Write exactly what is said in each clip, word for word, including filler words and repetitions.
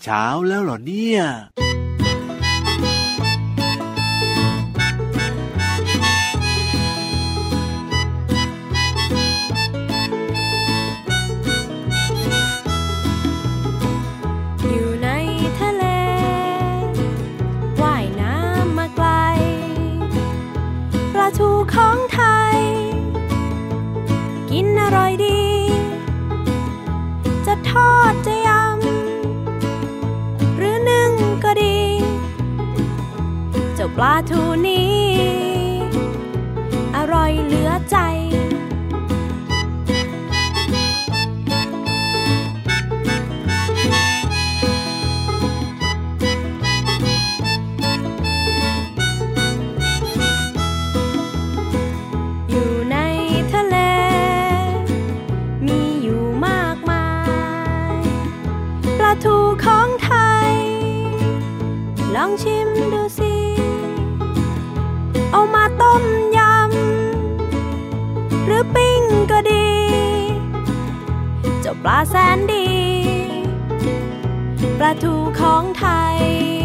เช้าแล้วเหรอเนี่ยอยู่ในทะเลว่ายน้ำมาไกลปลาทูของไทยกินอร่อยดีจะทอดจะยำหรือนึ่งก็ดีเจ้าปลาทูนี้อร่อยเหลือใจอยู่ในทะเลมีอยู่มากมายปลาทูของไทยลองชิมดูสิเอามาต้มยำหรือปิ้งก็ดีเจ้าปลาแสนดีปลาทูของไทย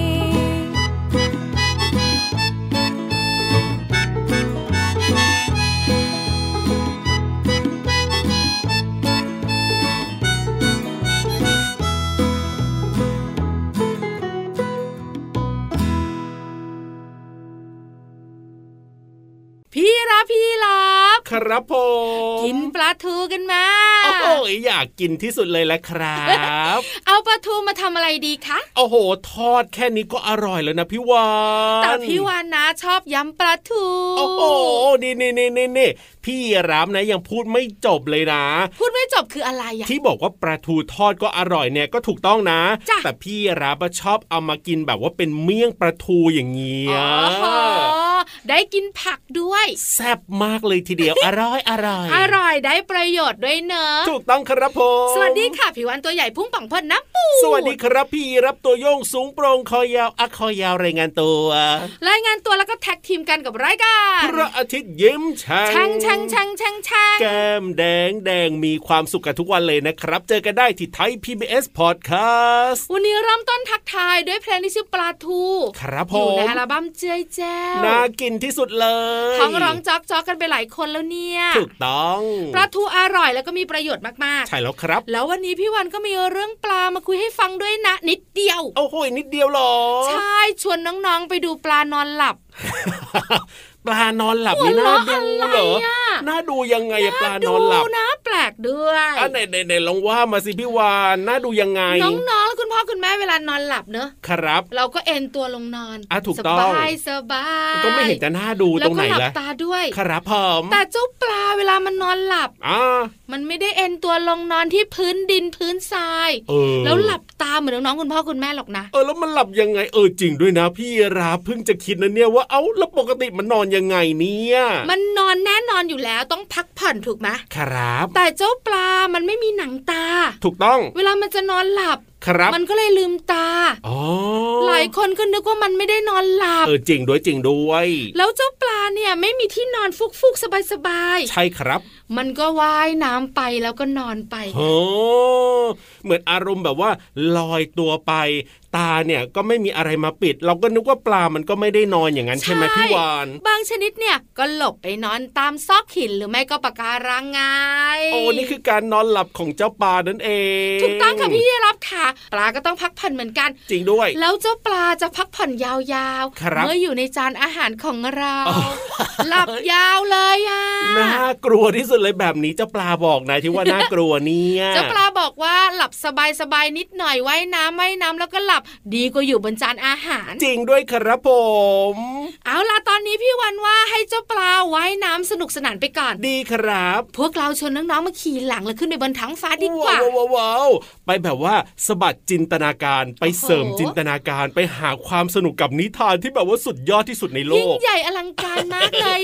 พี่รับพี่รับครับผมกินปลาทูกันมาโอ้โหอยากกินที่สุดเลยแหละครับเอาปลาทูมาทำอะไรดีคะโอ้โหทอดแค่นี้ก็อร่อยแล้วนะพี่วานแต่พี่วานนะชอบยำปลาทูโอ้โหนี่นี่นี่นี่นี่พี่รับนะยังพูดไม่จบเลยนะพูดไม่จบคืออะไรอะที่บอกว่าปลาทูทอดก็อร่อยเนี่ยก็ถูกต้องนะแต่พี่รับชอบเอามากินแบบว่าเป็นเมี่ยงปลาทูอย่างเงี้ยได้กินผักด้วยแซ่บมากเลยทีเดียว อร่อยอร่อยอร่อยได้ประโยชน์ด้วยเนอะถูกต้องครับผมสวัสดีค่ะพี่วันตัวใหญ่พุ่งป่องพ่นน้ำปูสวัสดีครับพี่รับตัวโยงสูงโปร่งคอยาวอะคอยาวรายงานตัวรายงานตัวแล้วก็แท็กทีมกันกับรายการพระอาทิตย์ยิ้มช่างช่างช่างช่างช่างช่างแก้มแดงแดงมีความสุขกันทุกวันเลยนะครับเจอกันได้ที่ไทย พี บี เอส Podcast วันนี้เริ่มต้นทักทายด้วยเพลงที่ชื่อปลาทูครับผมอยู่ในอัลบั้มเจ๊แจ้วน่ากินที่สุดเลยท้องร้องจ๊อกจ๊อกกันไปหลายคนแล้วเนี่ยถูกต้องปลาทูอร่อยแล้วก็มีประโยชน์มากๆใช่แล้วครับแล้ววันนี้พี่วันก็มีเรื่องปลามาคุยให้ฟังด้วยนะนิดเดียวโอ้โหนิดเดียวหรอใช่ชวนน้องๆไปดูปลานอนหลับปลานอนหลับนี่น่าดูเหรอน่าดูยังไงปลานอนหลับนะแปลกด้วยอ่ะไหนๆๆลองว่ามาสิพี่วานน่าดูยังไงน้องๆคุณพ่อคุณแม่เวลานอนหลับเนอะครับเราก็เอนตัวลงนอนอ่ะถูกต้องสบายสบายก็ไม่เห็นจะน่าดูตรงไหนละแล้วก็หลับตาด้วยครับผมแต่เจ้าปลาเวลามันนอนหลับอ่ามันไม่ได้เอนตัวลงนอนที่พื้นดินพื้นทรายแล้วหลับตาเหมือนน้องๆคุณพ่อคุณแม่หรอกนะเออแล้วมันหลับยังไงเออจริงด้วยนะพี่ราเพิ่งจะคิดนะเนี่ยว่าเอ้าแล้วปกติมันนอนยังไงเนี่ยมันนอนแน่นอนอยู่แล้วต้องพักผ่อนถูกไหมครับแต่เจ้าปลามันไม่มีหนังตาถูกต้องเวลามันจะนอนหลับครับมันก็เลยลืมตาอ๋อหลายคนก็นึกว่ามันไม่ได้นอนหลับเออจริงด้วยจริงด้วยแล้วเจ้าปลาเนี่ยไม่มีที่นอนฟุกๆสบายๆใช่ครับมันก็ว่ายน้ำไปแล้วก็นอนไปโอ้เหมือนอารมณ์แบบว่าลอยตัวไปตาเนี่ยก็ไม่มีอะไรมาปิดเราก็นึกว่าปลามันก็ไม่ได้นอนอย่างนั้นใช่ไหมพี่วานบางชนิดเนี่ยก็หลบไปนอนตามซอกหินหรือไม่ก็ปะการังไงโอ้นี่คือการนอนหลับของเจ้าปลานั่นเองถูกต้องค่ะพี่รับค่ะปลาก็ต้องพักผ่อนเหมือนกันจริงด้วยแล้วเจ้าปลาจะพักผ่อนยาวๆเมื่ออยู่ในจานอาหารของเราหลับยาวเลยอ่ะน่ากลัวที่สุดเลยแบบนี้เจ้าปลาบอกนะที่ว่าน่ากลัวเนี่ยเจ้าปลาบอกว่าหลับสบายๆนิดหน่อยว่ายน้ำว่ายน้ำแล้วก็หลับดีกว่าอยู่บนจานอาหารจริงด้วยครับผมเอาล่ะตอนนี้พี่วันว่าให้เจ้าปลาว่ายน้ำสนุกสนานไปก่อนดีครับพวกเราชวนน้องๆมาขี่หลังแล้วขึ้นไปบนท้องฟ้าดีกว่าว้าวๆไปแบบว่าสะบัดจินตนาการไปเสริมจินตนาการไปหาความสนุกกับนิทานที่แบบว่าสุดยอดที่สุดในโลกยิ่งใหญ่อลังการมากเลยอ่ะห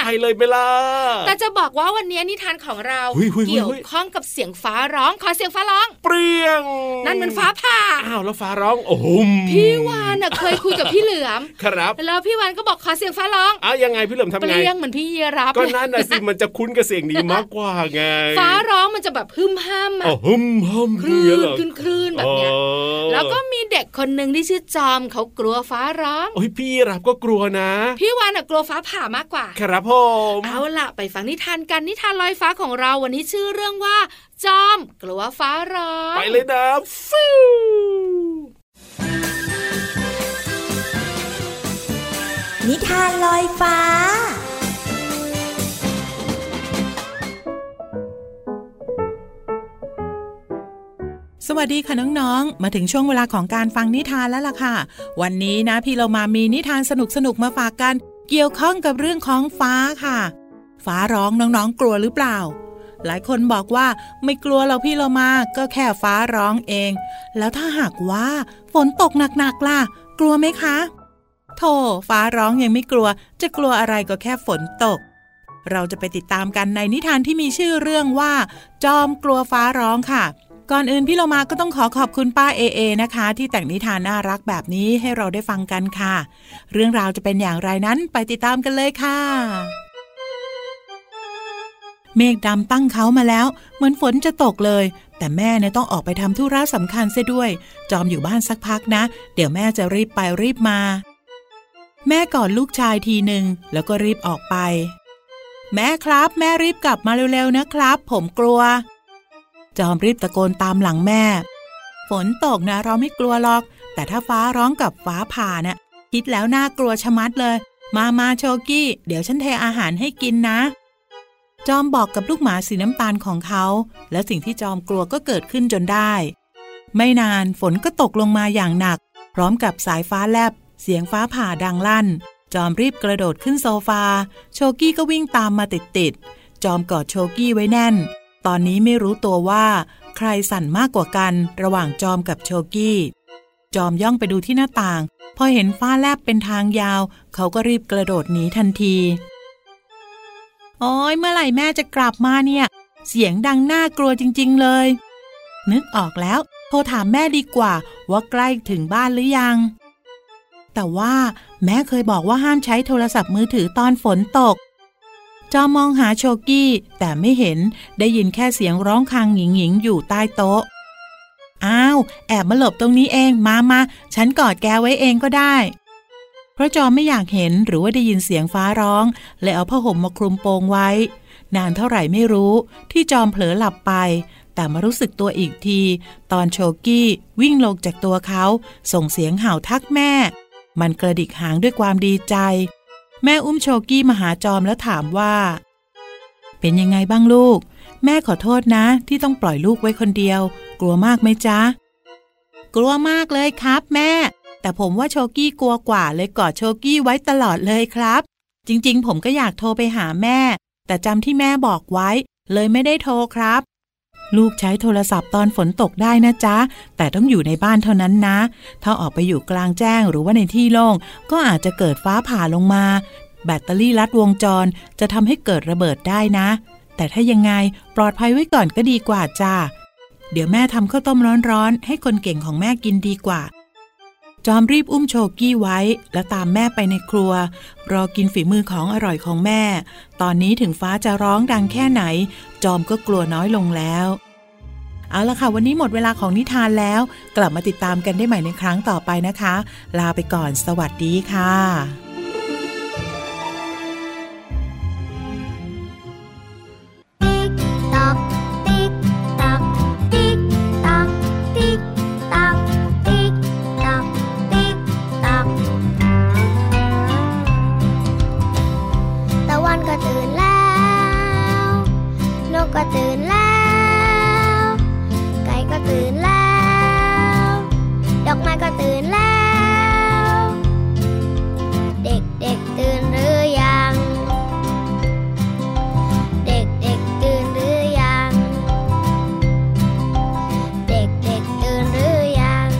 เลยไปล่ะแต่จะบอกว่าวันนี้นิทานของเราเกี่ยวข้องกับเสียงฟ้าร้องขอเสียงฟ้าร้องเปรี้ยงนั่นมันฟ้าผ่าอ้าวแล้วฟ้าร้องโอ้โหพี่วานน่ะเคยคุยกับพี่เหลือมครับแล้วพี่วานก็บอกขอเสียงฟ้าร้องอ้าวยังไงพี่เหลือมทำไงเปรี้ยงเหมือนพี่ยีรับก็นั่นน่ะสิมันจะคุ้นกับเสียงนี้มากกว่าไงฟ้าร้องมันจะแบบฮึมห้ามอ่ะอ๋อฮึมห้ามคลื่นคลื่นคลื่นแบบเนี้ยแล้วก็มีเด็กคนนึงที่ชื่อจอมเขากลัวฟ้าร้องโอ้ยพี่รับก็กลัวนะพี่วานน่ะกลัวฟ้าผ่ามากกว่าครับผมเอาล่ะไปฟังนิทานกันนิทานลอยฟ้าของเราวันนี้ชื่อเรื่องว่าจอมกลัวฟ้าร้องไปเลยนะฟิวนิทานลอยฟ้าสวัสดีค่ะน้องๆมาถึงช่วงเวลาของการฟังนิทานแล้วล่ะค่ะวันนี้นะพี่เรามามีนิทานสนุกๆมาฝากกันเกี่ยวข้องกับเรื่องของฟ้าค่ะฟ้าร้องน้องๆกลัวหรือเปล่าหลายคนบอกว่าไม่กลัวเราพี่เรามาก็แค่ฟ้าร้องเองแล้วถ้าหากว่าฝนตกหนักๆล่ะกลัวไหมคะโธ่ฟ้าร้องยังไม่กลัวจะกลัวอะไรก็แค่ฝนตกเราจะไปติดตามกันในนิทานที่มีชื่อเรื่องว่าจอมกลัวฟ้าร้องค่ะก่อนอื่นพี่เรามาก็ต้องขอขอบคุณป้าเอเอนะคะที่แต่งนิทานน่ารักแบบนี้ให้เราได้ฟังกันค่ะเรื่องราวจะเป็นอย่างไรนั้นไปติดตามกันเลยค่ะเมฆดำตั้งเขามาแล้วเหมือนฝนจะตกเลยแต่แม่เนี่ยต้องออกไปทำธุระสำคัญเสียด้วยจอมอยู่บ้านสักพักนะเดี๋ยวแม่จะรีบไปรีบมาแม่กอดลูกชายทีหนึ่งแล้วก็รีบออกไปแม่ครับแม่รีบกลับมาเร็วๆนะครับผมกลัวจอมรีบตะโกนตามหลังแม่ฝนตกนะเราไม่กลัวหรอกแต่ถ้าฟ้าร้องกับฟ้าผ่าเนี่ยคิดแล้วน่ากลัวชะมัดเลยมามาโชกี้เดี๋ยวฉันเทอาหารให้กินนะจอมบอกกับลูกหมาสีน้ำตาลของเขาและสิ่งที่จอมกลัวก็เกิดขึ้นจนได้ไม่นานฝนก็ตกลงมาอย่างหนักพร้อมกับสายฟ้าแลบเสียงฟ้าผ่าดังลั่นจอมรีบกระโดดขึ้นโซฟาโชกี้ก็วิ่งตามมาติดๆจอมกอดโชกี้ไว้แน่นตอนนี้ไม่รู้ตัวว่าใครสั่นมากกว่ากันระหว่างจอมกับโชกี้จอมย่องไปดูที่หน้าต่างพอเห็นฟ้าแลบเป็นทางยาวเขาก็รีบกระโดดหนีทันทีโอ๊ยเมื่อไหร่แม่จะกลับมาเนี่ยเสียงดังน่ากลัวจริงๆเลยนึกออกแล้วโทรถามแม่ดีกว่าว่าใกล้ถึงบ้านหรือยังแต่ว่าแม่เคยบอกว่าห้ามใช้โทรศัพท์มือถือตอนฝนตกจอมมองหาโชกี้แต่ไม่เห็นได้ยินแค่เสียงร้องคางหงิงๆอยู่ใต้โต๊ะอ้าวแอบมาหลบตรงนี้เองมามาฉันกอดแกไว้เองก็ได้เพราะจอมไม่อยากเห็นหรือว่าได้ยินเสียงฟ้าร้องเลยเอาผ้าห่มมาคลุมโปงไว้นานเท่าไหร่ไม่รู้ที่จอมเผลอหลับไปแต่มารู้สึกตัวอีกทีตอนโชกี้วิ่งลงจากตัวเขาส่งเสียงเห่าทักแม่มันกระดิกหางด้วยความดีใจแม่อุ้มโชกี้มาหาจอมแล้วถามว่าเป็นยังไงบ้างลูกแม่ขอโทษนะที่ต้องปล่อยลูกไว้คนเดียวกลัวมากไหมจ๊ะกลัวมากเลยครับแม่แต่ผมว่าโชกี้กลัวกว่าเลยกอดโชกี้ไว้ตลอดเลยครับจริงๆผมก็อยากโทรไปหาแม่แต่จำที่แม่บอกไว้เลยไม่ได้โทรครับลูกใช้โทรศัพท์ตอนฝนตกได้นะจ๊ะแต่ต้องอยู่ในบ้านเท่านั้นนะถ้าออกไปอยู่กลางแจ้งหรือว่าในที่โล่งก็อาจจะเกิดฟ้าผ่าลงมาแบตเตอรี่ลัดวงจรจะทำให้เกิดระเบิดได้นะแต่ถ้ายังไงปลอดภัยไว้ก่อนก็ดีกว่าจ้าเดี๋ยวแม่ทำข้าวต้มร้อนๆให้คนเก่งของแม่กินดีกว่าจอมรีบอุ้มโชกี้ไว้แล้วตามแม่ไปในครัวรอกินฝีมือของอร่อยของแม่ตอนนี้ถึงฟ้าจะร้องดังแค่ไหนจอมก็กลัวน้อยลงแล้วเอาล่ะค่ะวันนี้หมดเวลาของนิทานแล้วกลับมาติดตามกันได้ใหม่ในครั้งต่อไปนะคะลาไปก่อนสวัสดีค่ะก็ตื่นแล้วไก่ก็ตื่นแล้วดอกไม้ก็ตื่นแล้วเด็กๆตื่นหรือยังเด็กๆตื่นหรือยังเด็กๆตื่นหรือยัง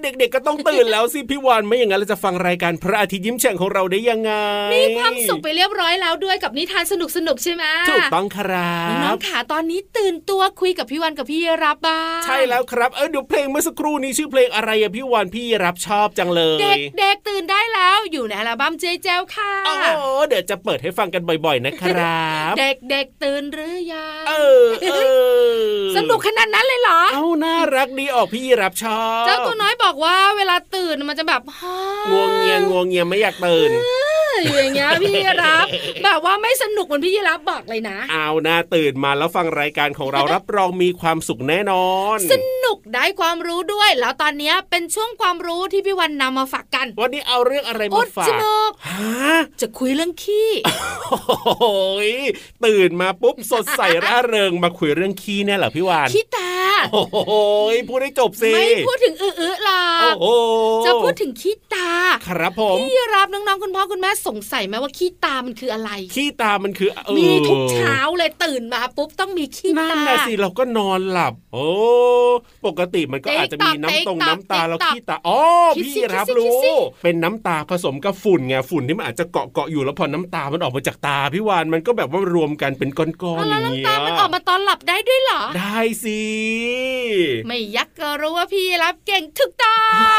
เด็กๆก็ต้องตื่นแล้วสิพี่วานไม่อย่างนั้นเราจะฟังรายการพระอาทิตย์ยิ้มแฉ่งของเราได้ยังไงมีความสุขไปเรียบร้อยแล้วด้วยกับนิทานสนุกๆใช่ไหมถูกต้องครับน้องขาตอนนี้ตื่นตัวคุยกับพี่วานกับพี่รับบ้างใช่แล้วครับเออดูเพลงเมื่อสักครู่นี้ชื่อเพลงอะไรอะพี่วานพี่รับชอบจังเลยเด็กๆตื่นได้แล้วอยู่ในอัลบั้มเจเจลค่ะอ๋อเดี๋ยวจะเปิดให้ฟังกันบ่อยๆนะครับเด็กๆตื่นหรือยังเออเออสนุกขนาดนั้นเลยเหรอเอ้าน่ารักดีออกพี่รับชอบเจ้าตัวน้อยบอกว่าเวลาตื่นมันจะแบบงวงเงียงวงเงียไม่อยากตื่นอย่างเงี้ยพี่รับแบบว่าไม่สนุกเหมือนพี่รับบอกเลยนะเอาหน้าตื่นมาแล้วฟังรายการของเรา รับรองมีความสุขแน่นอนสนุกได้ความรู้ด้วยแล้วตอนนี้เป็นช่วงความรู้ที่พี่วันนำมาฝากกันวันนี้เอาเรื่องอะไรมาฝากฮะจะคุยเรื่องขี้โอ้ยตื่นมาปุ๊บสดใสร่าเริงมาคุยเรื่องขี้เนี่ยเหรอพี่วานขี้ตาโอ้ยพูดให้จบสิไม่พูดถึงอื้อๆหรอกจะพูดถึงขี้ตาครับผมพี่รับน้องๆคุณพ่อคุณแม่สงสัยไหมว่าขี้ตามันคืออะไรขี้ตามันคือมีทุกเช้าเลยตื่นมาปุ๊บต้องมีขี้ตานั่นแหละสิเราก็นอนหลับโอ้ปกติมันก็อาจจะมีน้ำตรงน้ำตาแล้วขี้ตาอ๋อพี่รับรู้เป็นน้ำตาผสมกับฝุ่นไงฝุ่นที่มันอาจจะเกาะเกาะอยู่แล้วพอน้ำตามันออกมาจากตาพี่วานมันก็แบบว่ารวมกันเป็นก้อนๆอย่างเงี้ยแล้วน้ำตามันออกมาตอนหลับได้ด้วยเหรอได้สิไม่ยักก็รู้ว่าพี่รับเก่งถูกต้อง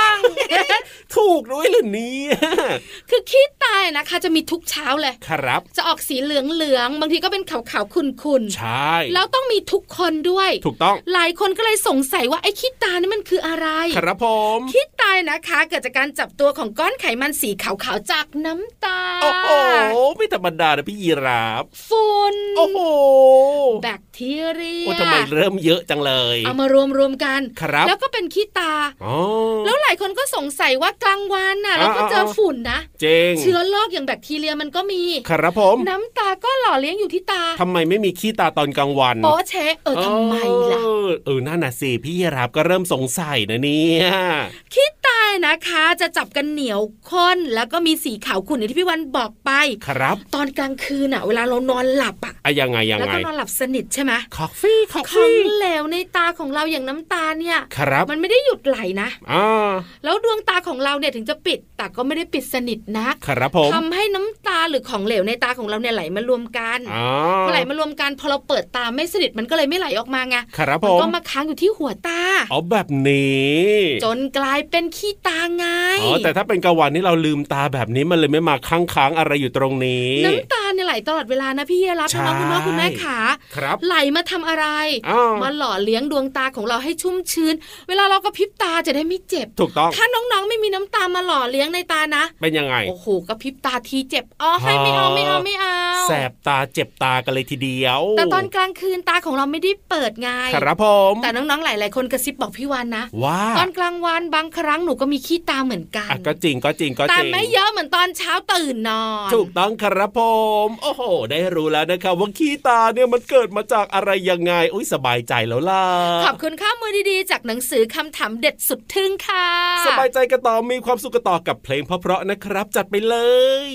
ถูกด้วยเหรอเนี่ยคือขี้ตานะคะจะมีทุกเช้าเลยครับจะออกสีเหลืองๆบางทีก็เป็นขาวๆขุ่นๆใช่แล้วต้องมีทุกคนด้วยถูกต้องหลายคนก็เลยสงสัยว่าไอ้ขี้ตานี่มันคืออะไรครับผมขี้ตานะคะเกิดจากการจับตัวของก้อนไขมันสีขาวๆจากน้ำตาโอ้โหไม่ธรรมดานะพี่ยีราฟฝุ่นโอ้โหแบคทีเรียโอ้ทำไมเริ่มเยอะจังเลยเอามารวมๆกันแล้วก็เป็นขี้ตาแล้วหลายคนก็สงสัยว่ากลางวันน่ะเราก็เจอฝุ่นนะเจ๋งเชื้อโรคอย่างแบคทีเรียมันก็มีครับผมน้ำตาก็หล่อเลี้ยงอยู่ที่ตาทำไมไม่มีขี้ตาตอนกลางวันโป๊ะเช๊ะเออทำไมล่ะเออนั่นน่ะสิพี่ยีราฟก็เริ่มสงสัยนะเนี่ยขี้ตานะคะจะจับกันเหนียวข้นแล้วก็มีสีขาวขุ่นอย่างที่พี่วันบอกไปครับตอนกลางคืนอ่ะเวลาเรานอนหลับอ่ะอะยังไงยังไงแล้วก็นอนหลับสนิทใช่ไหมคอฟฟี่คอฟฟี่ของเหลวในตาของเราอย่างน้ำตาเนี่ยมันไม่ได้หยุดไหลนะอ่าแล้วดวงตาของเราเนี่ยถึงจะปิดแต่ก็ไม่ได้ปิดสนิทนักครับผมทำให้น้ำตาหรือของเหลวในตาของเราเนี่ยไหลมารวมกันพอไหลมารวมกันพอเราเปิดตาไม่สนิทมันก็เลยไม่ไหลออกมาไงครับผมมันก็มาค้างอยู่ที่หัวตาอ๋อแบบนี้จนกลายเป็นขี้ตาไงอ๋อแต่ถ้าเป็นกลางวันนี่เราลืมตาแบบนี้มันเลยไม่มาค้างค้างอะไรอยู่ตรงนี้น้ำตาเนี่ยไหลตลอดเวลานะพี่รับน้องคุณพ่อคุณแม่ขาไหลมาทำอะไรมาหล่อเลี้ยงดวงตาของเราให้ชุ่มชื้นเวลาเรากระพริบตาจะได้ไม่เจ็บถูกต้องถ้าน้องๆไม่มีน้ำตามาหล่อเลี้ยงในตานะเป็นยังไงโอ้โหกระพริบตาทีเจ็บอ๋อให้ไม่เอาไม่เอาไม่เอาแสบตาเจ็บตากันเลยทีเดียวแต่ตอนกลางคืนตาของเราไม่ได้เปิดไงครับผมแต่น้องๆหลายๆคนกระซิบบอกพี่วานนะว่าตอนกลางวันบางครั้งหนูก็มีขี้ตาเหมือนกันก็จริงก็จริงก็จริงแต่ไม่เยอะเหมือนตอนเช้าตื่นนอนถูกต้องครับผมโอ้โหได้รู้แล้วนะครับว่าขี้ตาเนี่ยมันเกิดมาจากอะไรยังไงอุ้ยสบายใจแล้วล่ะขอบคุณข้อมูลดีๆจากหนังสือคำถามเด็ดสุดทึ่งค่ะสบายใจกันต่อมีความสุขกันต่อกับเพลงเพราะๆนะครับจัดไปเลย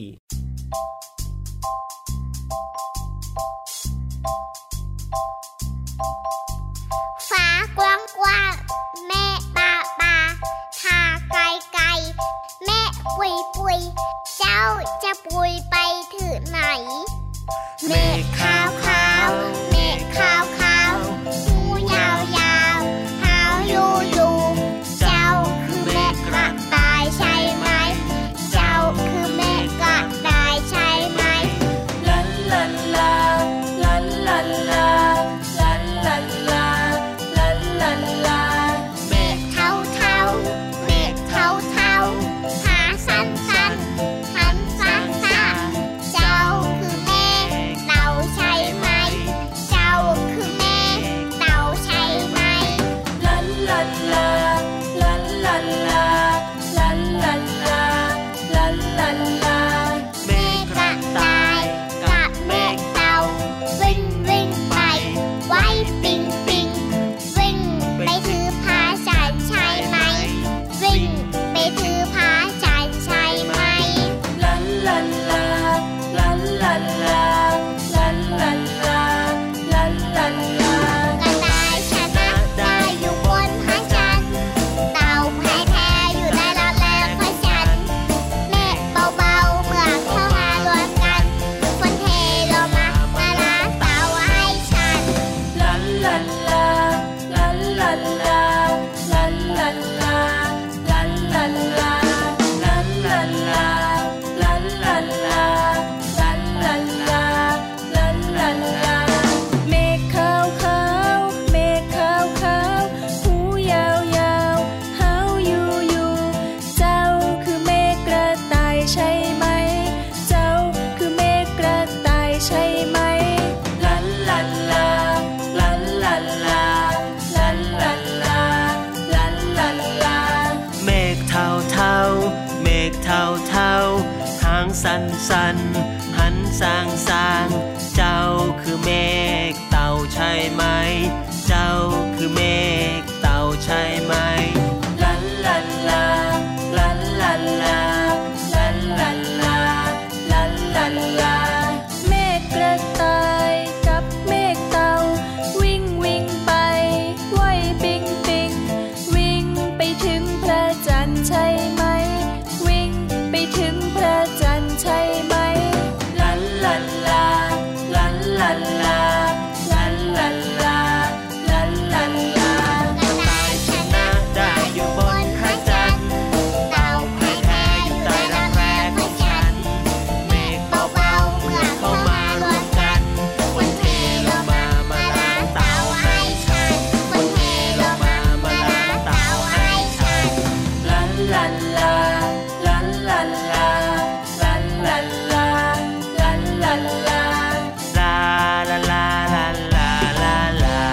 ฟ้ากว้างกว้างแม่ปาปาทาไกลไกลแม่ปุยปุยเจ้าจะปุยไปถึงไหนแม่ขาวขาวแม่ขาวขาวหูยาวยาวหาวยูยูเจ้าคือแม่กระต่ายใช่ไหมเจ้าคือแม่กระต่ายใช่ไหมลันลันลาลันลันลาลันลันลาลันลันลาแม่เท่าเท่าแม่เท่าเท่าหาสั้นสั้นหันซ่าซ่าเจ้าคือแม่เต่าสร้างสร้างเจ้าคือเมฆเต่าใช่ไหมเจ้าคือเมฆเต่าใช่ไหมลันลันลาลันลันลาลันลันลาลันลันลาเมฆกระต่ายกับเมฆเต่าวิ่งวิ่งไปว่ายปิงปิงวิ่งไปถึงพระจันทร์ใช่ไหมวิ่งไปถึงพระจันทร์ใช่ไหมลันลันลาลันลันลาลันลันลาลันลันลากระต่ายชนะได้อยู่บนพระจันทร์เต่าแพ้แพ้อยู่ใต้รักแร้ของฉันเมฆเบาๆเมื่อเข้ามารวมกันคนเทลงมามาล้างเต่าให้ฉันคนเทลงมามาล้างเต่าให้ฉันลันลันลาลันลันลาลันลันลาลันลันลาลาลาลาลาลาลาลา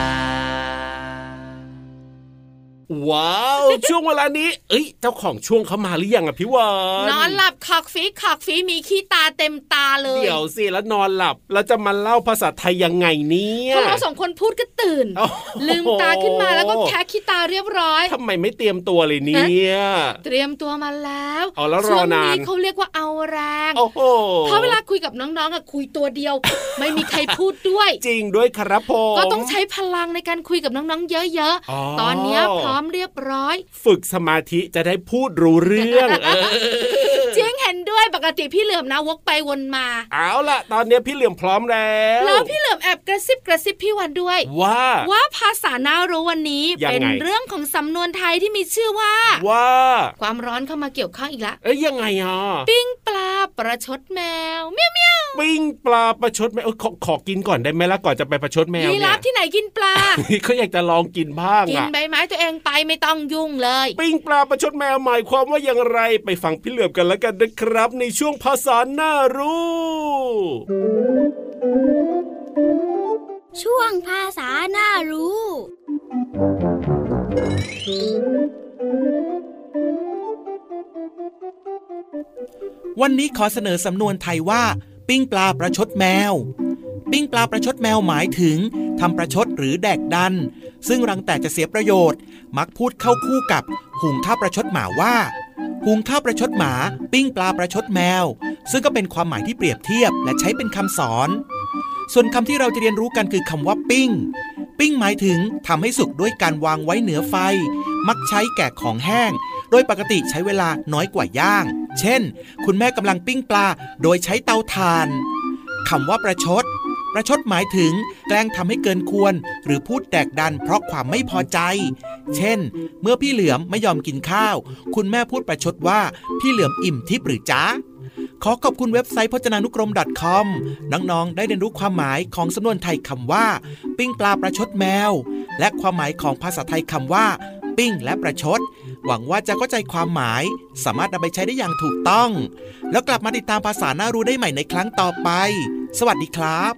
ว้าวช่วงเวลานี้เอ้ยเจ้าของช่วงเขามาหรือยังอ่ะพี่วานนอนหลับขอกฝีขอกฝีมีขี้ตาเต็มตาเลยเดี๋ยวสิแล้วนอนหลับแล้วจะมาเล่าภาษาไทยยังไงเนี่ยพอเราสองคนพูดก็ตื่นลืมตาขึ้นมาแล้วก็แคะขี้ตาเรียบร้อยทำไมไม่เตรียมตัวเลยเนี่ยเตรียมตัวมาแล้วเอาแล้วรอนานช่วงนี้เขาเรียกว่าเอาแรงเพราะเวลาคุยกับน้องๆอะคุยตัวเดียวไม่มีใครพูดด้วยจริงด้วยครับผมก็ต้องใช้พลังในการคุยกับน้องๆเยอะๆตอนนี้พร้อมเรียบร้อยฝึกสมาธิจะได้พูดรู้เรื่องจริงเห็นด้วยปกติพี่เหลือมนะวกไปวนมาเอาล่ะตอนนี้พี่เหลือมพร้อมแล้วแล้วพี่เหลือมแอบกระซิบกระซิบพี่วันด้วยว่าว่าภาษาน่ารู้วันนี้เป็นเรื่องของสำนวนไทยที่มีชื่อว่าว่าความร้อนเข้ามาเกี่ยวข้องอีกแล้วเอ้ยยังไงอ่ะปิ้งปลาประชดแมวเมี้ยวเมี้ยวปิ้งปลาประชดแมวเออขอขอกินก่อนได้ไหมล่ะก่อนจะไปประชดแมวเนี่ยยีราฟที่ไหนกินปลาเขาอยากจะลองกินบ้างกินใบไม้ตัวเองไปไม่ต้องยุ่งเลยปิ้งปลาประชดแมวหมายความว่าอย่างไรไปฟังพี่เหลือมกันแล้วกันนะครับในช่วงภาษาน่ารู้ช่วงภาษาน่ารู้วันนี้ขอเสนอสำนวนไทยว่าปิ้งปลาประชดแมวปิ้งปลาประชดแมวหมายถึงทำประชดหรือแดกดันซึ่งรังแต่จะเสียประโยชน์มักพูดเข้าคู่กับหุงข้าวประชดหมาว่าหุงข้าวประชดหมาปิ้งปลาประชดแมวซึ่งก็เป็นความหมายที่เปรียบเทียบและใช้เป็นคำสอนส่วนคำที่เราจะเรียนรู้กันคือคำว่าปิ้งปิ้งหมายถึงทำให้สุกด้วยการวางไว้เหนือไฟมักใช้แก่ของแห้งโดยปกติใช้เวลาน้อยกว่าย่างเช่นคุณแม่กำลังปิ้งปลาโดยใช้เตาถ่านคำว่าประชดประชดหมายถึงแกล้งทำให้เกินควรหรือพูดแดกดันเพราะความไม่พอใจเช่นเมื่อพี่เหลือมไม่ยอมกินข้าวคุณแม่พูดประชดว่าพี่เหลือมอิ่มทิพย์หรือจ๊ะขอขอบคุณเว็บไซต์พจนานุกรม .com น้องๆได้เรียนรู้ความหมายของสำนวนไทยคำว่าปิ้งปลาประชดแมวและความหมายของภาษาไทยคำว่าปิ้งและประชดหวังว่าจะเข้าใจความหมายสามารถนำไปใช้ได้อย่างถูกต้องแล้วกลับมาติดตามภาษาน่ารู้ได้ใหม่ในครั้งต่อไปสวัสดีครับ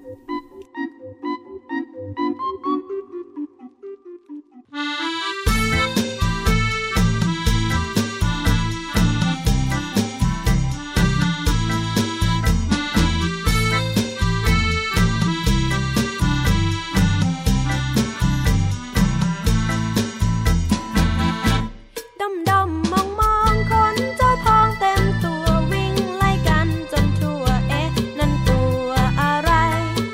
ตัววิ่งไล่กันจนทั่วเอ๊ะนั่นตัวอะไร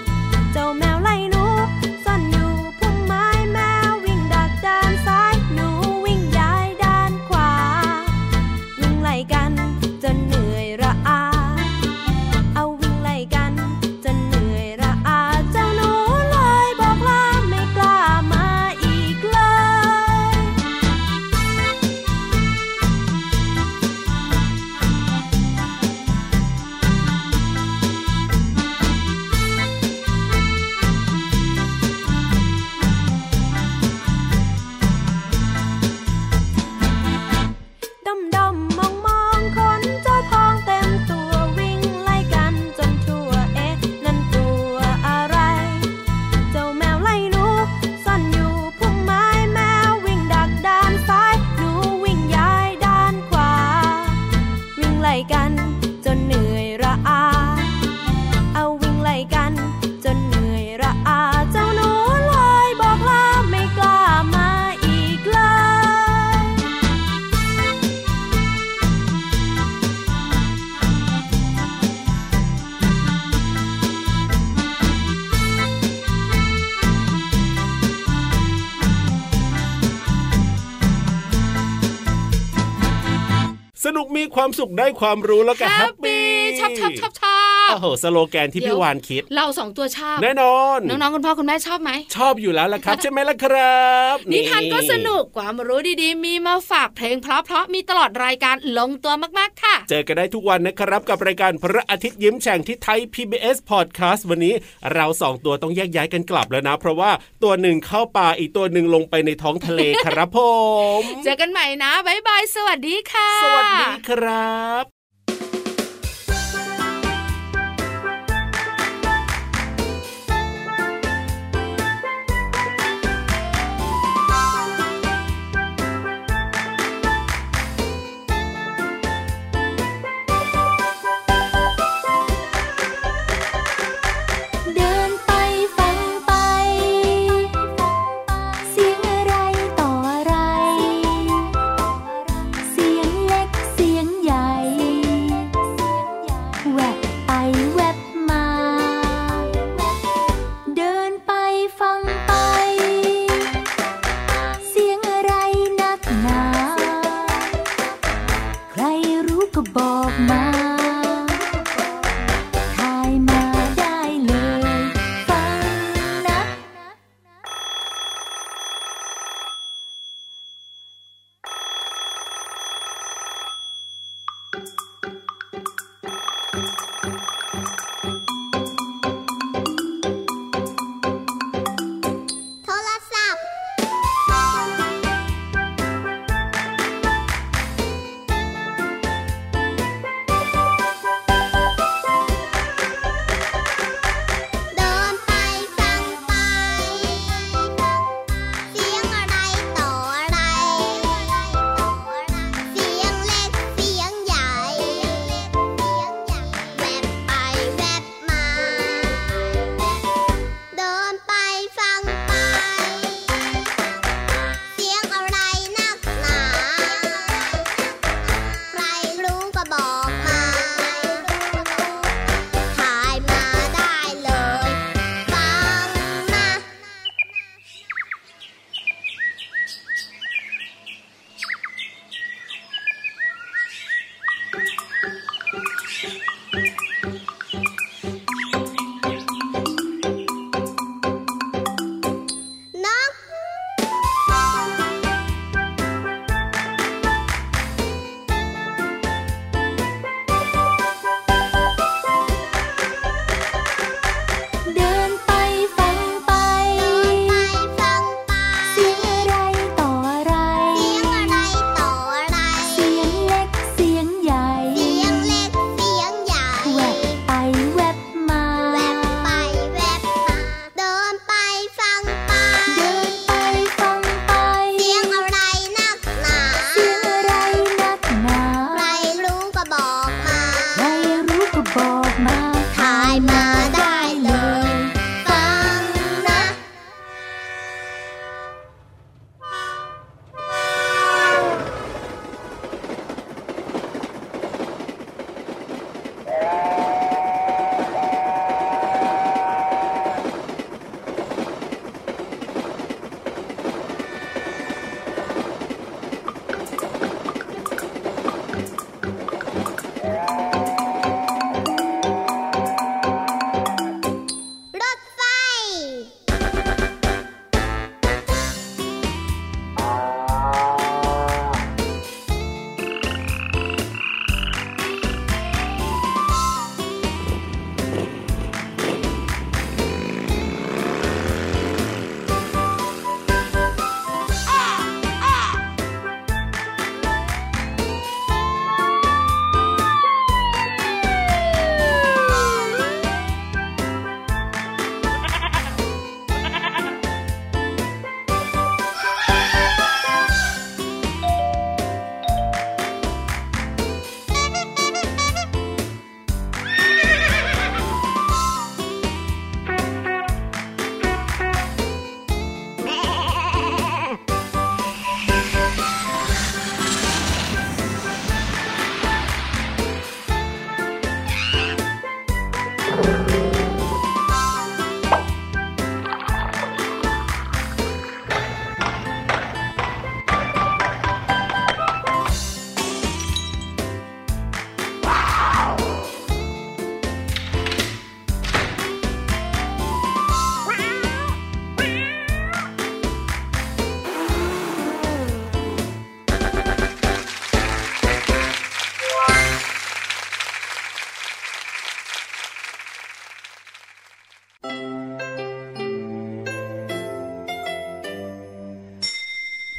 นุกมีความสุขได้ความรู้แล้วก็แฮปปี้ชอบชอบชอบชอบโอ้โหสโลแกนที่พี่วานคิดเราสองตัวชอบแน่นอนน้องๆคุณพ่อคุณแม่ชอบไหมชอบอยู่แล้วล่ะครับ ใช่ไหมล่ะครับนิทานก็สนุกความรู้ดีๆมีมาฝากเพลงเพราะๆมีตลอดรายการลงตัวมากๆค่ะเจอกันได้ทุกวันนะครับกับรายการพระอาทิตย์ยิ้มแฉ่งที่ไทย พี บี เอส Podcast วันนี้เราสองตัวต้องแยกย้ายกันกลับแล้วนะเพราะว่าตัวหนึ่งเข้าป่าอีกตัวหนึ่งลงไปในท้องทะเลครับผมเจอกันใหม่นะบ๊ายบายสวัสดีค่ะสวัสดีครับเสียงใหญ่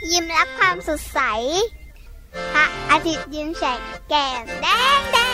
ยิ้มรับความสดใสพระอาทิตย์ยิ้มแฉกแก้มแดงแดง